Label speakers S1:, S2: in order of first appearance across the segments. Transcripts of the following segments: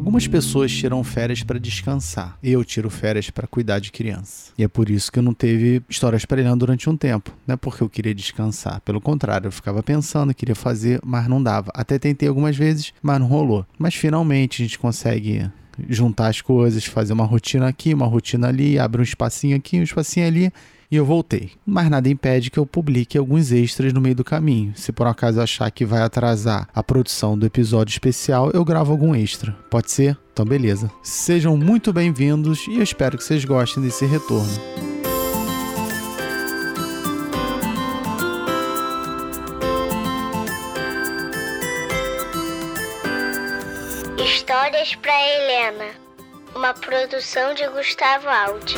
S1: Algumas pessoas tiram férias para descansar. Eu tiro férias para cuidar de criança. E é por isso que eu não teve Histórias para Eliana durante um tempo. Não é porque eu queria descansar. Pelo contrário, eu ficava pensando, queria fazer, mas não dava. Até tentei algumas vezes, mas não rolou. Mas finalmente a gente consegue juntar as coisas, fazer uma rotina aqui, uma rotina ali, abre um espacinho aqui, um espacinho ali. E eu voltei. Mas nada impede que eu publique alguns extras no meio do caminho. Se por um acaso eu achar que vai atrasar a produção do episódio especial, eu gravo algum extra. Pode ser? Então beleza. Sejam muito bem-vindos e eu espero que vocês gostem desse retorno.
S2: Histórias para Helena, uma produção de Gustavo Aldi.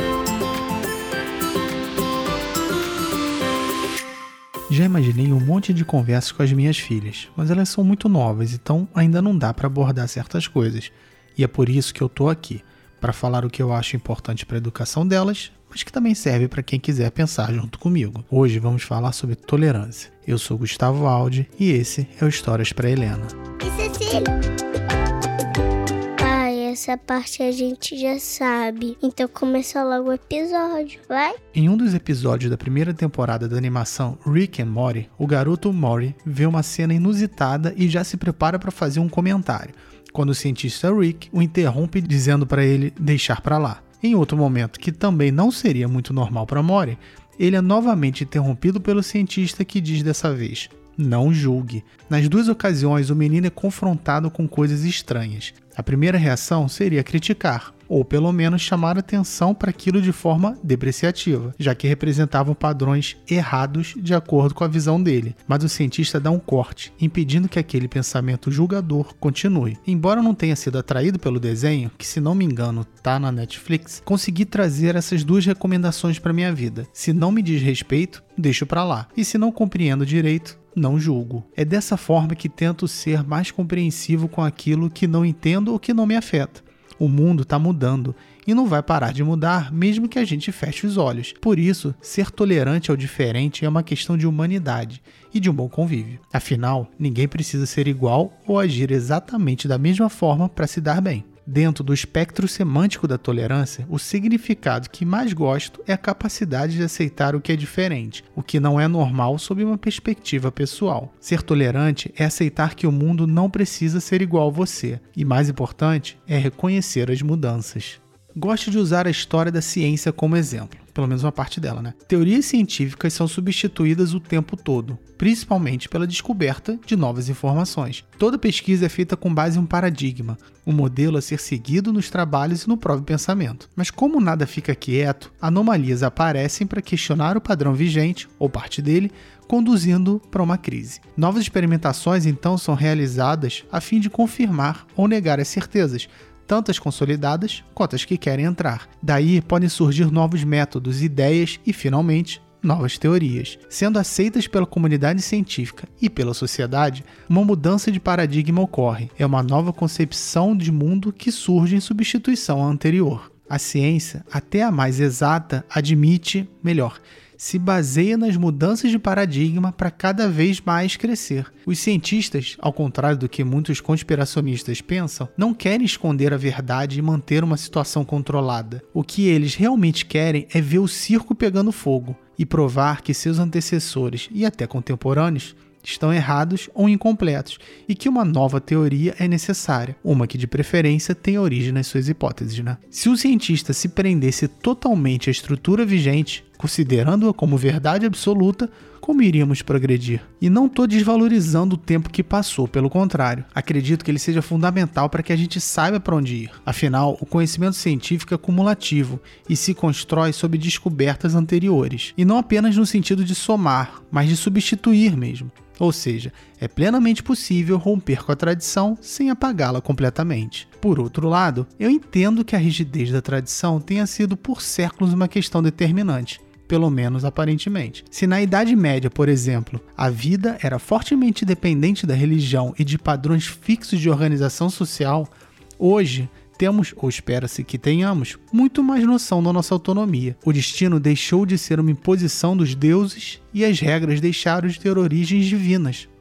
S1: Já imaginei um monte de conversas com as minhas filhas, mas elas são muito novas, então ainda não dá para abordar certas coisas. E é por isso que eu tô aqui, para falar o que eu acho importante para a educação delas, mas que também serve para quem quiser pensar junto comigo. Hoje vamos falar sobre tolerância. Eu sou Gustavo Aldi e esse é o Histórias para Helena.
S2: E Cecília? Essa parte a gente já sabe. Então começa logo o episódio, vai?
S1: Em um dos episódios da primeira temporada da animação Rick and Morty, o garoto Morty vê uma cena inusitada e já se prepara para fazer um comentário, quando o cientista Rick o interrompe dizendo para ele deixar para lá. Em outro momento, que também não seria muito normal para Morty, ele é novamente interrompido pelo cientista que diz dessa vez: não julgue. Nas duas ocasiões, o menino é confrontado com coisas estranhas. A primeira reação seria criticar, ou pelo menos chamar atenção para aquilo de forma depreciativa, já que representavam padrões errados de acordo com a visão dele. Mas o cientista dá um corte, impedindo que aquele pensamento julgador continue. Embora eu não tenha sido atraído pelo desenho, que se não me engano tá na Netflix, consegui trazer essas duas recomendações para minha vida. Se não me diz respeito, deixo para lá. E se não compreendo direito, não julgo. É dessa forma que tento ser mais compreensivo com aquilo que não entendo ou que não me afeta. O mundo está mudando e não vai parar de mudar mesmo que a gente feche os olhos. Por isso, ser tolerante ao diferente é uma questão de humanidade e de um bom convívio. Afinal, ninguém precisa ser igual ou agir exatamente da mesma forma para se dar bem. Dentro do espectro semântico da tolerância, o significado que mais gosto é a capacidade de aceitar o que é diferente, o que não é normal sob uma perspectiva pessoal. Ser tolerante é aceitar que o mundo não precisa ser igual a você, e mais importante, é reconhecer as mudanças. Gosto de usar a história da ciência como exemplo, pelo menos uma parte dela, né? Teorias científicas são substituídas o tempo todo, principalmente pela descoberta de novas informações. Toda pesquisa é feita com base em um paradigma, um modelo a ser seguido nos trabalhos e no próprio pensamento. Mas como nada fica quieto, anomalias aparecem para questionar o padrão vigente, ou parte dele, conduzindo para uma crise. Novas experimentações, então, são realizadas a fim de confirmar ou negar as certezas, tanto as consolidadas quanto as que querem entrar. Daí podem surgir novos métodos, ideias e, finalmente, novas teorias. Sendo aceitas pela comunidade científica e pela sociedade, uma mudança de paradigma ocorre. É uma nova concepção de mundo que surge em substituição à anterior. A ciência, até a mais exata, se baseia nas mudanças de paradigma para cada vez mais crescer. Os cientistas, ao contrário do que muitos conspiracionistas pensam, não querem esconder a verdade e manter uma situação controlada. O que eles realmente querem é ver o circo pegando fogo e provar que seus antecessores e até contemporâneos estão errados ou incompletos e que uma nova teoria é necessária, uma que de preferência tem origem nas suas hipóteses, né? Se o cientista se prendesse totalmente à estrutura vigente, considerando-a como verdade absoluta, como iríamos progredir? E não estou desvalorizando o tempo que passou, pelo contrário. Acredito que ele seja fundamental para que a gente saiba para onde ir. Afinal, o conhecimento científico é cumulativo e se constrói sob descobertas anteriores. E não apenas no sentido de somar, mas de substituir mesmo. Ou seja, é plenamente possível romper com a tradição sem apagá-la completamente. Por outro lado, eu entendo que a rigidez da tradição tenha sido por séculos uma questão determinante. Pelo menos aparentemente. Se na Idade Média, por exemplo, a vida era fortemente dependente da religião e de padrões fixos de organização social, hoje temos, ou espera-se que tenhamos, muito mais noção da nossa autonomia. O destino deixou de ser uma imposição dos deuses e as regras deixaram de ter origens divinas.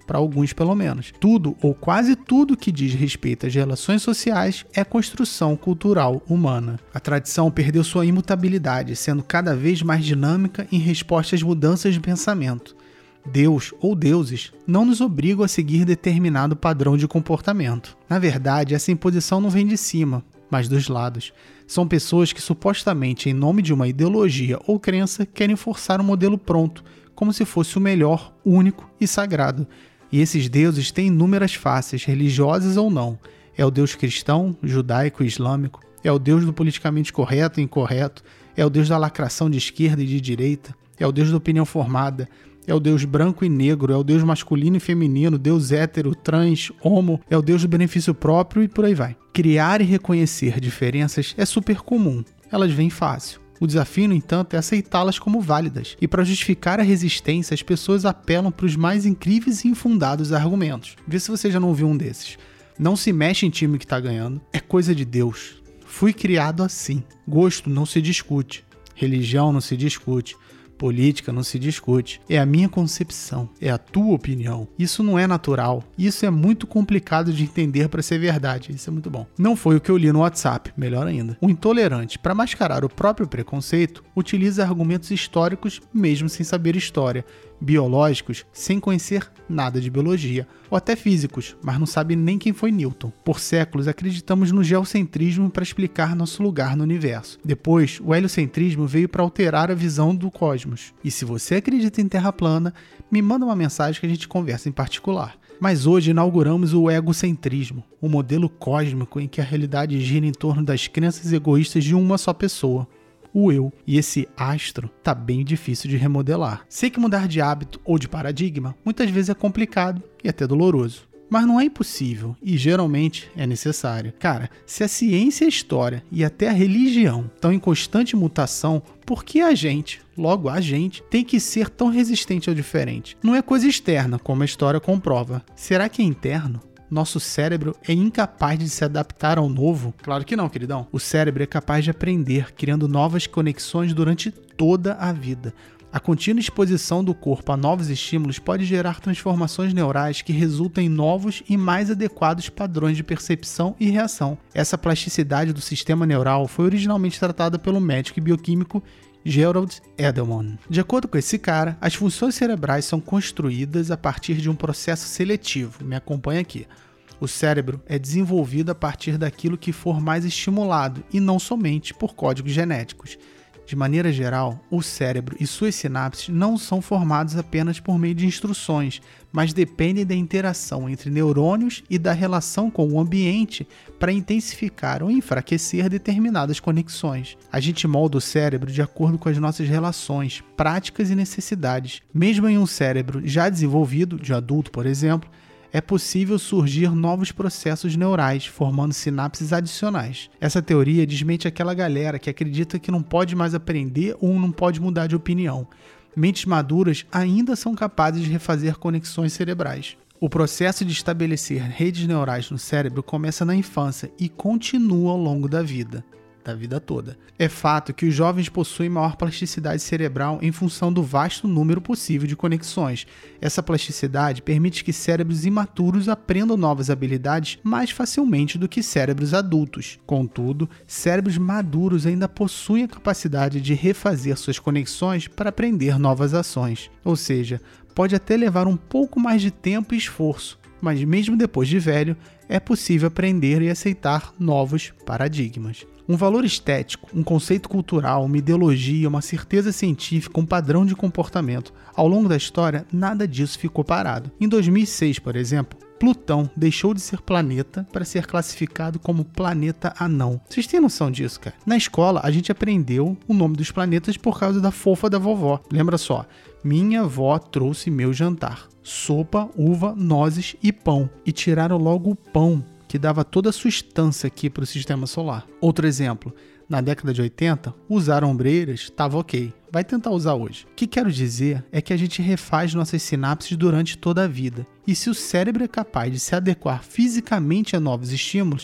S1: para alguns pelo menos. Tudo ou quase tudo que diz respeito às relações sociais é construção cultural humana. A tradição perdeu sua imutabilidade, sendo cada vez mais dinâmica em resposta às mudanças de pensamento. Deus ou deuses não nos obrigam a seguir determinado padrão de comportamento. Na verdade, essa imposição não vem de cima, mas dos lados. São pessoas que supostamente, em nome de uma ideologia ou crença, querem forçar um modelo pronto, como se fosse o melhor, único e sagrado. E esses deuses têm inúmeras faces, religiosas ou não. É o Deus cristão, judaico e islâmico. É o Deus do politicamente correto e incorreto. É o Deus da lacração de esquerda e de direita. É o Deus da opinião formada. É o Deus branco e negro, é o Deus masculino e feminino, Deus hétero, trans, homo, é o Deus do benefício próprio e por aí vai. Criar e reconhecer diferenças é super comum, elas vêm fácil. O desafio, no entanto, é aceitá-las como válidas. E para justificar a resistência, as pessoas apelam para os mais incríveis e infundados argumentos. Vê se você já não ouviu um desses. Não se mexe em time que está ganhando, é coisa de Deus. Fui criado assim. Gosto não se discute, religião não se discute. Política não se discute, é a minha concepção, é a tua opinião. Isso não é natural, isso é muito complicado de entender para ser verdade, isso é muito bom. Não foi o que eu li no WhatsApp, melhor ainda. O intolerante, para mascarar o próprio preconceito, utiliza argumentos históricos mesmo sem saber história, biológicos sem conhecer nada de biologia, ou até físicos, mas não sabe nem quem foi Newton. Por séculos acreditamos no geocentrismo para explicar nosso lugar no universo. Depois, o heliocentrismo veio para alterar a visão do cosmos. E se você acredita em Terra plana, me manda uma mensagem que a gente conversa em particular. Mas hoje inauguramos o egocentrismo, um modelo cósmico em que a realidade gira em torno das crenças egoístas de uma só pessoa, o eu. E esse astro tá bem difícil de remodelar. Sei que mudar de hábito ou de paradigma muitas vezes é complicado e até doloroso. Mas não é impossível e geralmente é necessário. Cara, se a ciência e a história e até a religião estão em constante mutação, por que a gente, logo a gente, tem que ser tão resistente ao diferente? Não é coisa externa, como a história comprova. Será que é interno? Nosso cérebro é incapaz de se adaptar ao novo? Claro que não, queridão. O cérebro é capaz de aprender, criando novas conexões durante toda a vida. A contínua exposição do corpo a novos estímulos pode gerar transformações neurais que resultam em novos e mais adequados padrões de percepção e reação. Essa plasticidade do sistema neural foi originalmente tratada pelo médico e bioquímico Gerald Edelman. De acordo com esse cara, as funções cerebrais são construídas a partir de um processo seletivo. Me acompanha aqui. O cérebro é desenvolvido a partir daquilo que for mais estimulado e não somente por códigos genéticos. De maneira geral, o cérebro e suas sinapses não são formados apenas por meio de instruções, mas dependem da interação entre neurônios e da relação com o ambiente para intensificar ou enfraquecer determinadas conexões. A gente molda o cérebro de acordo com as nossas relações, práticas e necessidades. Mesmo em um cérebro já desenvolvido, de adulto, por exemplo, é possível surgir novos processos neurais, formando sinapses adicionais. Essa teoria desmente aquela galera que acredita que não pode mais aprender ou não pode mudar de opinião. Mentes maduras ainda são capazes de refazer conexões cerebrais. O processo de estabelecer redes neurais no cérebro começa na infância e continua ao longo da vida toda. É fato que os jovens possuem maior plasticidade cerebral em função do vasto número possível de conexões. Essa plasticidade permite que cérebros imaturos aprendam novas habilidades mais facilmente do que cérebros adultos. Contudo, cérebros maduros ainda possuem a capacidade de refazer suas conexões para aprender novas ações. Ou seja, pode até levar um pouco mais de tempo e esforço, mas mesmo depois de velho, é possível aprender e aceitar novos paradigmas. Um valor estético, um conceito cultural, uma ideologia, uma certeza científica, um padrão de comportamento. Ao longo da história, nada disso ficou parado. Em 2006, por exemplo, Plutão deixou de ser planeta para ser classificado como planeta anão. Vocês têm noção disso, cara? Na escola, a gente aprendeu o nome dos planetas por causa da fofa da vovó. Lembra só? Minha avó trouxe meu jantar. Sopa, uva, nozes e pão. E tiraram logo o pão, que dava toda a sustância aqui para o sistema solar. Outro exemplo, na década de 80, usar ombreiras estava ok. Vai tentar usar hoje. O que quero dizer é que a gente refaz nossas sinapses durante toda a vida. E se o cérebro é capaz de se adequar fisicamente a novos estímulos,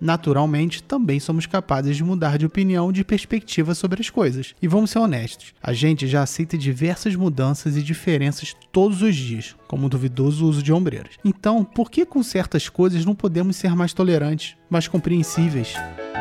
S1: Naturalmente, também somos capazes de mudar de opinião e de perspectiva sobre as coisas. E vamos ser honestos, a gente já aceita diversas mudanças e diferenças todos os dias, como o duvidoso uso de ombreiras. Então, por que com certas coisas não podemos ser mais tolerantes, mais compreensíveis?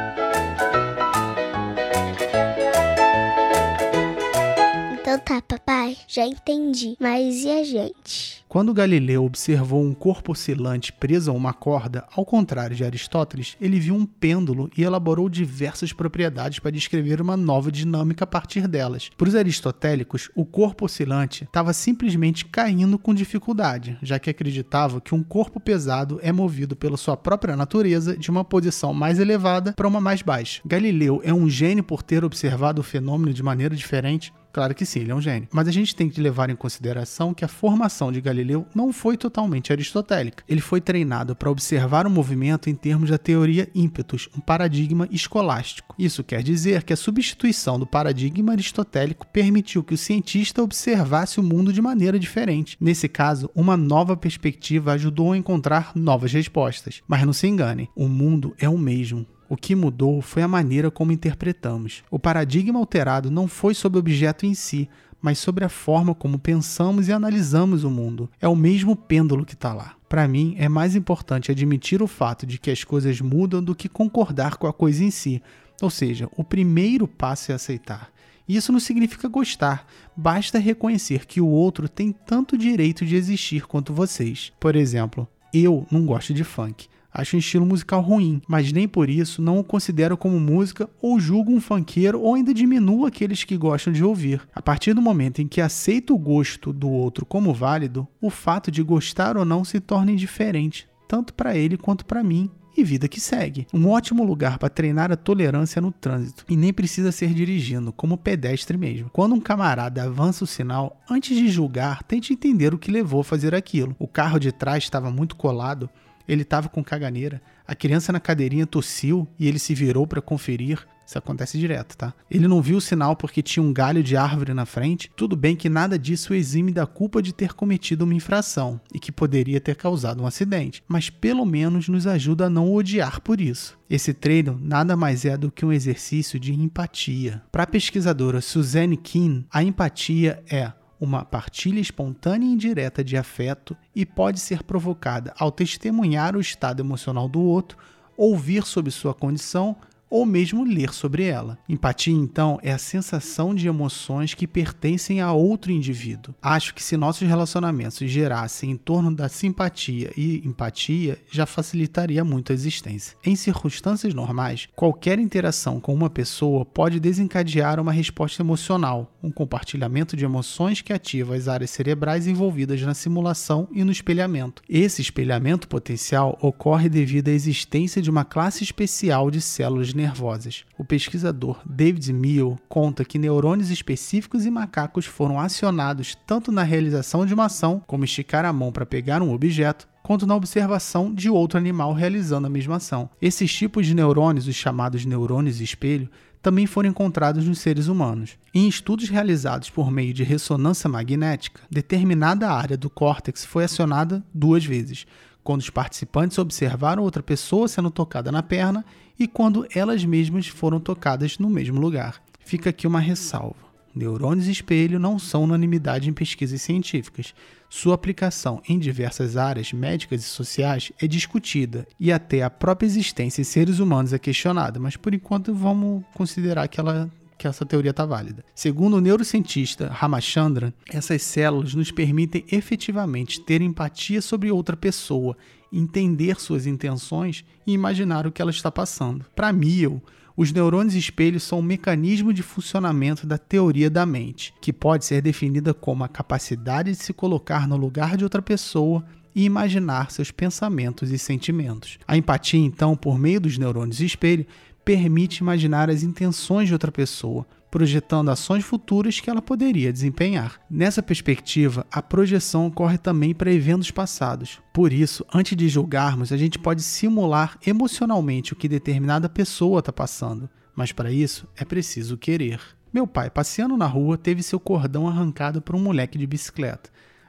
S2: Então tá, papai, já entendi. Mas e a gente?
S1: Quando Galileu observou um corpo oscilante preso a uma corda, ao contrário de Aristóteles, ele viu um pêndulo e elaborou diversas propriedades para descrever uma nova dinâmica a partir delas. Para os aristotélicos, o corpo oscilante estava simplesmente caindo com dificuldade, já que acreditava que um corpo pesado é movido pela sua própria natureza de uma posição mais elevada para uma mais baixa. Galileu é um gênio por ter observado o fenômeno de maneira diferente? Claro que sim, ele é um gênio. Mas a gente tem que levar em consideração que a formação de Galileu não foi totalmente aristotélica. Ele foi treinado para observar o movimento em termos da teoria ímpetus, um paradigma escolástico. Isso quer dizer que a substituição do paradigma aristotélico permitiu que o cientista observasse o mundo de maneira diferente. Nesse caso, uma nova perspectiva ajudou a encontrar novas respostas. Mas não se enganem, o mundo é o mesmo. O que mudou foi a maneira como interpretamos. O paradigma alterado não foi sobre o objeto em si, mas sobre a forma como pensamos e analisamos o mundo. É o mesmo pêndulo que está lá. Para mim, é mais importante admitir o fato de que as coisas mudam do que concordar com a coisa em si. Ou seja, o primeiro passo é aceitar. Isso não significa gostar, basta reconhecer que o outro tem tanto direito de existir quanto vocês. Por exemplo, eu não gosto de funk. Acho um estilo musical ruim, mas nem por isso não o considero como música ou julgo um funkeiro ou ainda diminuo aqueles que gostam de ouvir. A partir do momento em que aceito o gosto do outro como válido, o fato de gostar ou não se torna indiferente, tanto para ele quanto para mim. E vida que segue. Um ótimo lugar para treinar a tolerância é no trânsito. E nem precisa ser dirigindo, como pedestre mesmo. Quando um camarada avança o sinal, antes de julgar, tente entender o que levou a fazer aquilo. O carro de trás estava muito colado, ele estava com caganeira, a criança na cadeirinha tossiu e ele se virou para conferir. Isso acontece direto, tá? Ele não viu o sinal porque tinha um galho de árvore na frente. Tudo bem que nada disso o exime da culpa de ter cometido uma infração e que poderia ter causado um acidente, mas pelo menos nos ajuda a não o odiar por isso. Esse treino nada mais é do que um exercício de empatia. Para a pesquisadora Suzanne Keane, a empatia é uma partilha espontânea e indireta de afeto e pode ser provocada ao testemunhar o estado emocional do outro, ouvir sobre sua condição ou mesmo ler sobre ela. Empatia, então, é a sensação de emoções que pertencem a outro indivíduo. Acho que se nossos relacionamentos gerassem em torno da simpatia e empatia, já facilitaria muito a existência. Em circunstâncias normais, qualquer interação com uma pessoa pode desencadear uma resposta emocional, um compartilhamento de emoções que ativa as áreas cerebrais envolvidas na simulação e no espelhamento. Esse espelhamento potencial ocorre devido à existência de uma classe especial de células nervosas. O pesquisador David Meehl conta que neurônios específicos em macacos foram acionados tanto na realização de uma ação, como esticar a mão para pegar um objeto, quanto na observação de outro animal realizando a mesma ação. Esses tipos de neurônios, os chamados neurônios espelho, também foram encontrados nos seres humanos. Em estudos realizados por meio de ressonância magnética, determinada área do córtex foi acionada 2 vezes, quando os participantes observaram outra pessoa sendo tocada na perna e quando elas mesmas foram tocadas no mesmo lugar. Fica aqui uma ressalva. Neurônios espelho não são unanimidade em pesquisas científicas. Sua aplicação em diversas áreas médicas e sociais é discutida e até a própria existência em seres humanos é questionada, mas por enquanto vamos considerar que essa teoria está válida. Segundo o neurocientista Ramachandran, essas células nos permitem efetivamente ter empatia sobre outra pessoa, entender suas intenções e imaginar o que ela está passando. Para Meehl, os neurônios espelhos são um mecanismo de funcionamento da teoria da mente, que pode ser definida como a capacidade de se colocar no lugar de outra pessoa e imaginar seus pensamentos e sentimentos. A empatia, então, por meio dos neurônios espelho, permite imaginar as intenções de outra pessoa, projetando ações futuras que ela poderia desempenhar. Nessa perspectiva, a projeção ocorre também para eventos passados. Por isso, antes de julgarmos, a gente pode simular emocionalmente o que determinada pessoa está passando, mas para isso é preciso querer. Meu pai, passeando na rua, teve seu cordão arrancado por um moleque de bicicleta.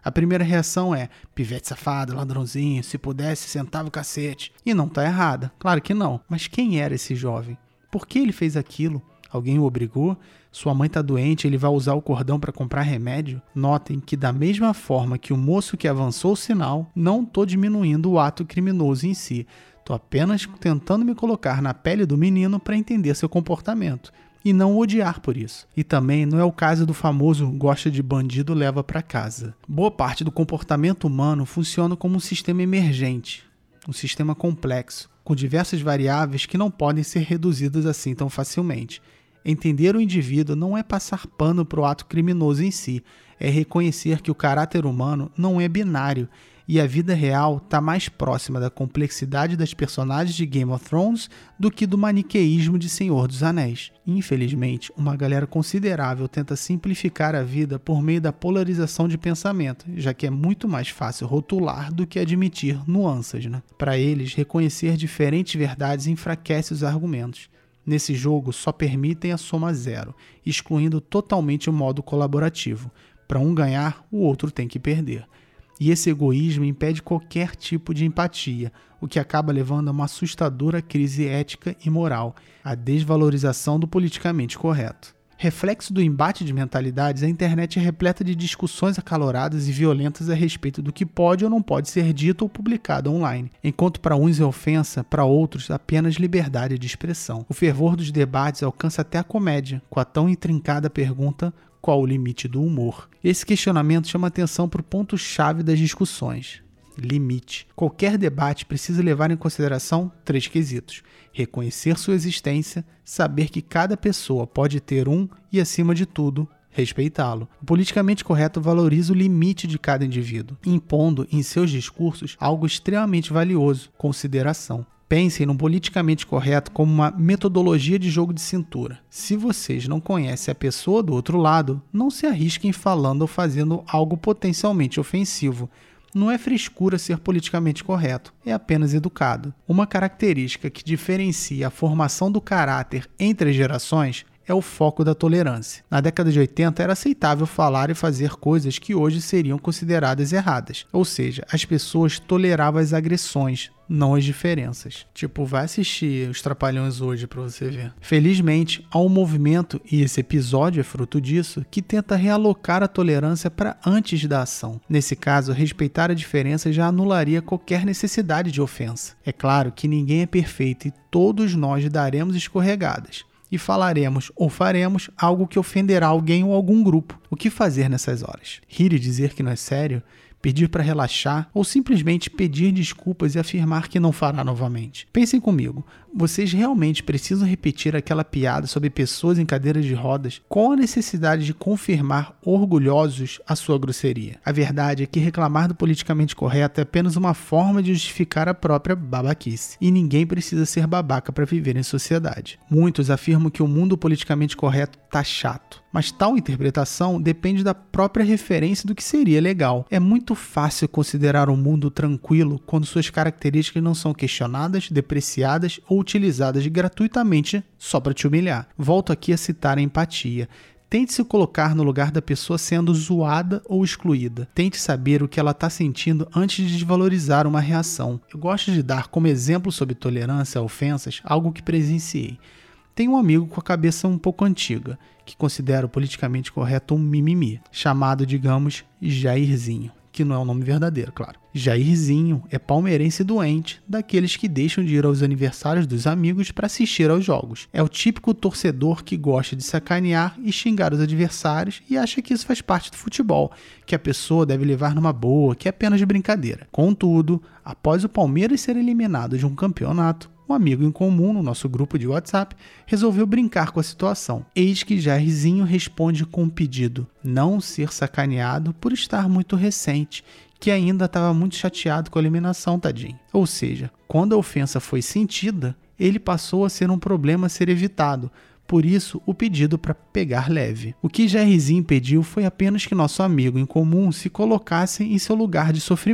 S1: A primeira reação é: pivete safado, ladrãozinho, se pudesse sentava o cacete. E não tá errada, claro que não. Mas quem era esse jovem? Por que ele fez aquilo? Alguém o obrigou? Sua mãe tá doente, ele vai usar o cordão para comprar remédio? Notem que da mesma forma que o moço que avançou o sinal, não tô diminuindo o ato criminoso em si. Tô apenas tentando me colocar na pele do menino para entender seu comportamento. E não o odiar por isso. E também não é o caso do famoso gosta de bandido leva para casa. Boa parte do comportamento humano funciona como um sistema emergente, um sistema complexo, com diversas variáveis que não podem ser reduzidas assim tão facilmente. Entender o indivíduo não é passar pano para o ato criminoso em si, é reconhecer que o caráter humano não é binário e a vida real está mais próxima da complexidade das personagens de Game of Thrones do que do maniqueísmo de Senhor dos Anéis. Infelizmente, uma galera considerável tenta simplificar a vida por meio da polarização de pensamento, já que é muito mais fácil rotular do que admitir nuances, né? Para eles, reconhecer diferentes verdades enfraquece os argumentos. Nesse jogo, só permitem a soma zero, excluindo totalmente o modo colaborativo. Para um ganhar, o outro tem que perder. E esse egoísmo impede qualquer tipo de empatia, o que acaba levando a uma assustadora crise ética e moral, a desvalorização do politicamente correto. Reflexo do embate de mentalidades, a internet é repleta de discussões acaloradas e violentas a respeito do que pode ou não pode ser dito ou publicado online, enquanto para uns é ofensa, para outros apenas liberdade de expressão. O fervor dos debates alcança até a comédia, com a tão intrincada pergunta: qual o limite do humor? Esse questionamento chama atenção para o ponto-chave das discussões: limite. Qualquer debate precisa levar em consideração 3 quesitos: reconhecer sua existência, saber que cada pessoa pode ter um e, acima de tudo, respeitá-lo. O politicamente correto valoriza o limite de cada indivíduo, impondo em seus discursos algo extremamente valioso: consideração. Pensem no politicamente correto como uma metodologia de jogo de cintura. Se vocês não conhecem a pessoa do outro lado, não se arrisquem falando ou fazendo algo potencialmente ofensivo. Não é frescura ser politicamente correto, é apenas educado. Uma característica que diferencia a formação do caráter entre as gerações é o foco da tolerância. Na década de 80 era aceitável falar e fazer coisas que hoje seriam consideradas erradas. Ou seja, as pessoas toleravam as agressões, não as diferenças. Tipo, vai assistir Os Trapalhões hoje pra você ver. Felizmente, há um movimento, e esse episódio é fruto disso, que tenta realocar a tolerância para antes da ação. Nesse caso, respeitar a diferença já anularia qualquer necessidade de ofensa. É claro que ninguém é perfeito e todos nós daremos escorregadas. E falaremos ou faremos algo que ofenderá alguém ou algum grupo. O que fazer nessas horas? Rir e dizer que não é sério? Pedir para relaxar? Ou simplesmente pedir desculpas e afirmar que não fará novamente? Pensem comigo, vocês realmente precisam repetir aquela piada sobre pessoas em cadeiras de rodas com a necessidade de confirmar orgulhosos a sua grosseria? A verdade é que reclamar do politicamente correto é apenas uma forma de justificar a própria babaquice. E ninguém precisa ser babaca para viver em sociedade. Muitos afirmam que o mundo politicamente correto tá chato. Mas tal interpretação depende da própria referência do que seria legal. É muito fácil considerar um mundo tranquilo quando suas características não são questionadas, depreciadas ou utilizadas gratuitamente só para te humilhar. Volto aqui a citar a empatia. Tente se colocar no lugar da pessoa sendo zoada ou excluída. Tente saber o que ela está sentindo antes de desvalorizar uma reação. Eu gosto de dar como exemplo sobre tolerância a ofensas algo que presenciei. Tenho um amigo com a cabeça um pouco antiga, que considera o politicamente correto um mimimi, chamado, digamos, Jairzinho, que não é o nome verdadeiro, claro. Jairzinho é palmeirense doente, daqueles que deixam de ir aos aniversários dos amigos para assistir aos jogos. É o típico torcedor que gosta de sacanear e xingar os adversários e acha que isso faz parte do futebol, que a pessoa deve levar numa boa, que é apenas de brincadeira. Contudo, após o Palmeiras ser eliminado de um campeonato, um amigo em comum no nosso grupo de WhatsApp resolveu brincar com a situação. Eis que Jairzinho responde com um pedido: não ser sacaneado por estar muito recente, que ainda estava muito chateado com a eliminação, tadinho. Ou seja, quando a ofensa foi sentida, ele passou a ser um problema a ser evitado. Por isso, o pedido para pegar leve. O que Jairzinho pediu foi apenas que nosso amigo em comum se colocasse em seu lugar de sofrimento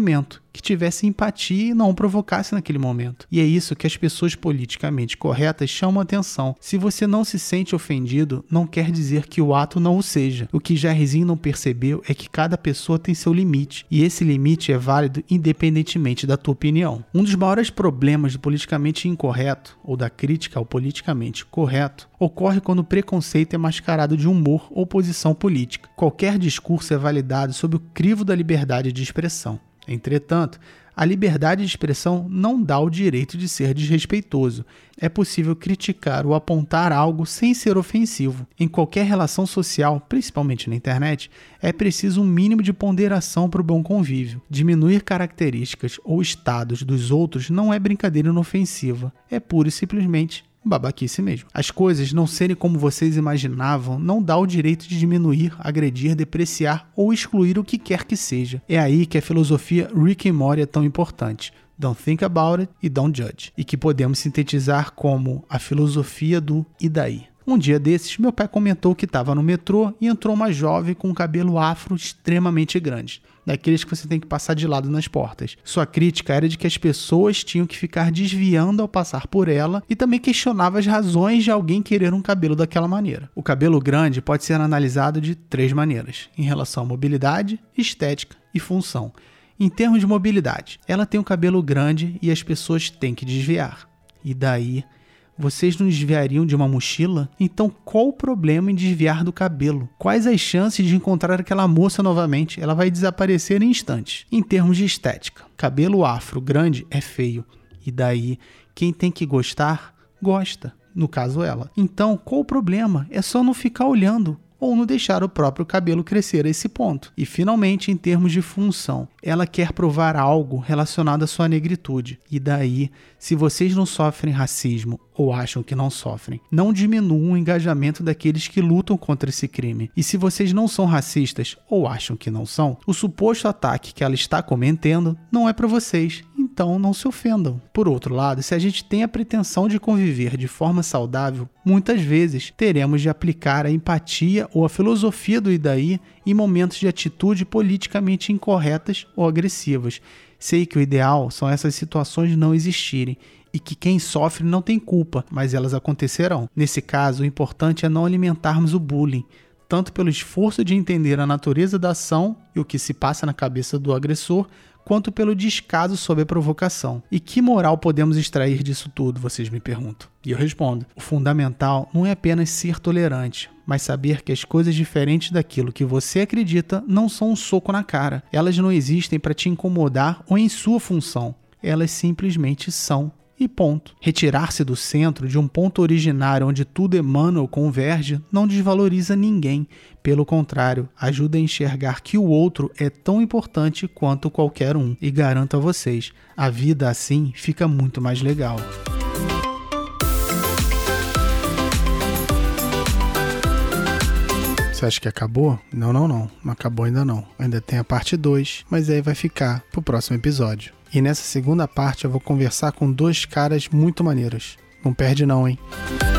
S1: que tivesse empatia e não o provocasse naquele momento. E é isso que as pessoas politicamente corretas chamam a atenção. Se você não se sente ofendido, não quer dizer que o ato não o seja. O que Jairzinho não percebeu é que cada pessoa tem seu limite, e esse limite é válido independentemente da tua opinião. Um dos maiores problemas do politicamente incorreto, ou da crítica ao politicamente correto, ocorre quando o preconceito é mascarado de humor ou posição política. Qualquer discurso é validado sob o crivo da liberdade de expressão. Entretanto, a liberdade de expressão não dá o direito de ser desrespeitoso. É possível criticar ou apontar algo sem ser ofensivo. Em qualquer relação social, principalmente na internet, é preciso um mínimo de ponderação para o bom convívio. Diminuir características ou estados dos outros não é brincadeira inofensiva. É pura e simplesmente babaquice mesmo. As coisas não serem como vocês imaginavam não dá o direito de diminuir, agredir, depreciar ou excluir o que quer que seja. É aí que a filosofia Rick and Morty é tão importante. Don't think about it e don't judge. E que podemos sintetizar como a filosofia do e daí. Um dia desses, meu pai comentou que estava no metrô e entrou uma jovem com um cabelo afro extremamente grande, daqueles que você tem que passar de lado nas portas. Sua crítica era de que as pessoas tinham que ficar desviando ao passar por ela e também questionava as razões de alguém querer um cabelo daquela maneira. O cabelo grande pode ser analisado de 3 maneiras, em relação à mobilidade, estética e função. Em termos de mobilidade, ela tem um cabelo grande e as pessoas têm que desviar. E daí? Vocês não desviariam de uma mochila? Então qual o problema em desviar do cabelo? Quais as chances de encontrar aquela moça novamente? Ela vai desaparecer em instantes. Em termos de estética, cabelo afro grande é feio. E daí, quem tem que gostar, gosta. No caso, ela. Então qual o problema? É só não ficar olhando ou não deixar o próprio cabelo crescer a esse ponto. E finalmente, em termos de função, ela quer provar algo relacionado à sua negritude. E daí, se vocês não sofrem racismo ou acham que não sofrem, não diminuam o engajamento daqueles que lutam contra esse crime. E se vocês não são racistas ou acham que não são, o suposto ataque que ela está cometendo não é para vocês. Então não se ofendam. Por outro lado, se a gente tem a pretensão de conviver de forma saudável, muitas vezes teremos de aplicar a empatia ou a filosofia do e daí em momentos de atitude politicamente incorretas ou agressivas. Sei que o ideal são essas situações não existirem e que quem sofre não tem culpa, mas elas acontecerão. Nesse caso, o importante é não alimentarmos o bullying, tanto pelo esforço de entender a natureza da ação e o que se passa na cabeça do agressor, quanto pelo descaso sob a provocação. E que moral podemos extrair disso tudo, vocês me perguntam? E eu respondo, o fundamental não é apenas ser tolerante, mas saber que as coisas diferentes daquilo que você acredita não são um soco na cara. Elas não existem para te incomodar ou em sua função. Elas simplesmente são. E ponto. Retirar-se do centro de um ponto originário onde tudo emana ou converge não desvaloriza ninguém. Pelo contrário, ajuda a enxergar que o outro é tão importante quanto qualquer um. E garanto a vocês, a vida assim fica muito mais legal. Você acha que acabou? Não acabou ainda não. Ainda tem a parte 2, mas aí vai ficar pro próximo episódio. E nessa segunda parte eu vou conversar com 2 caras muito maneiros. Não perde não, hein?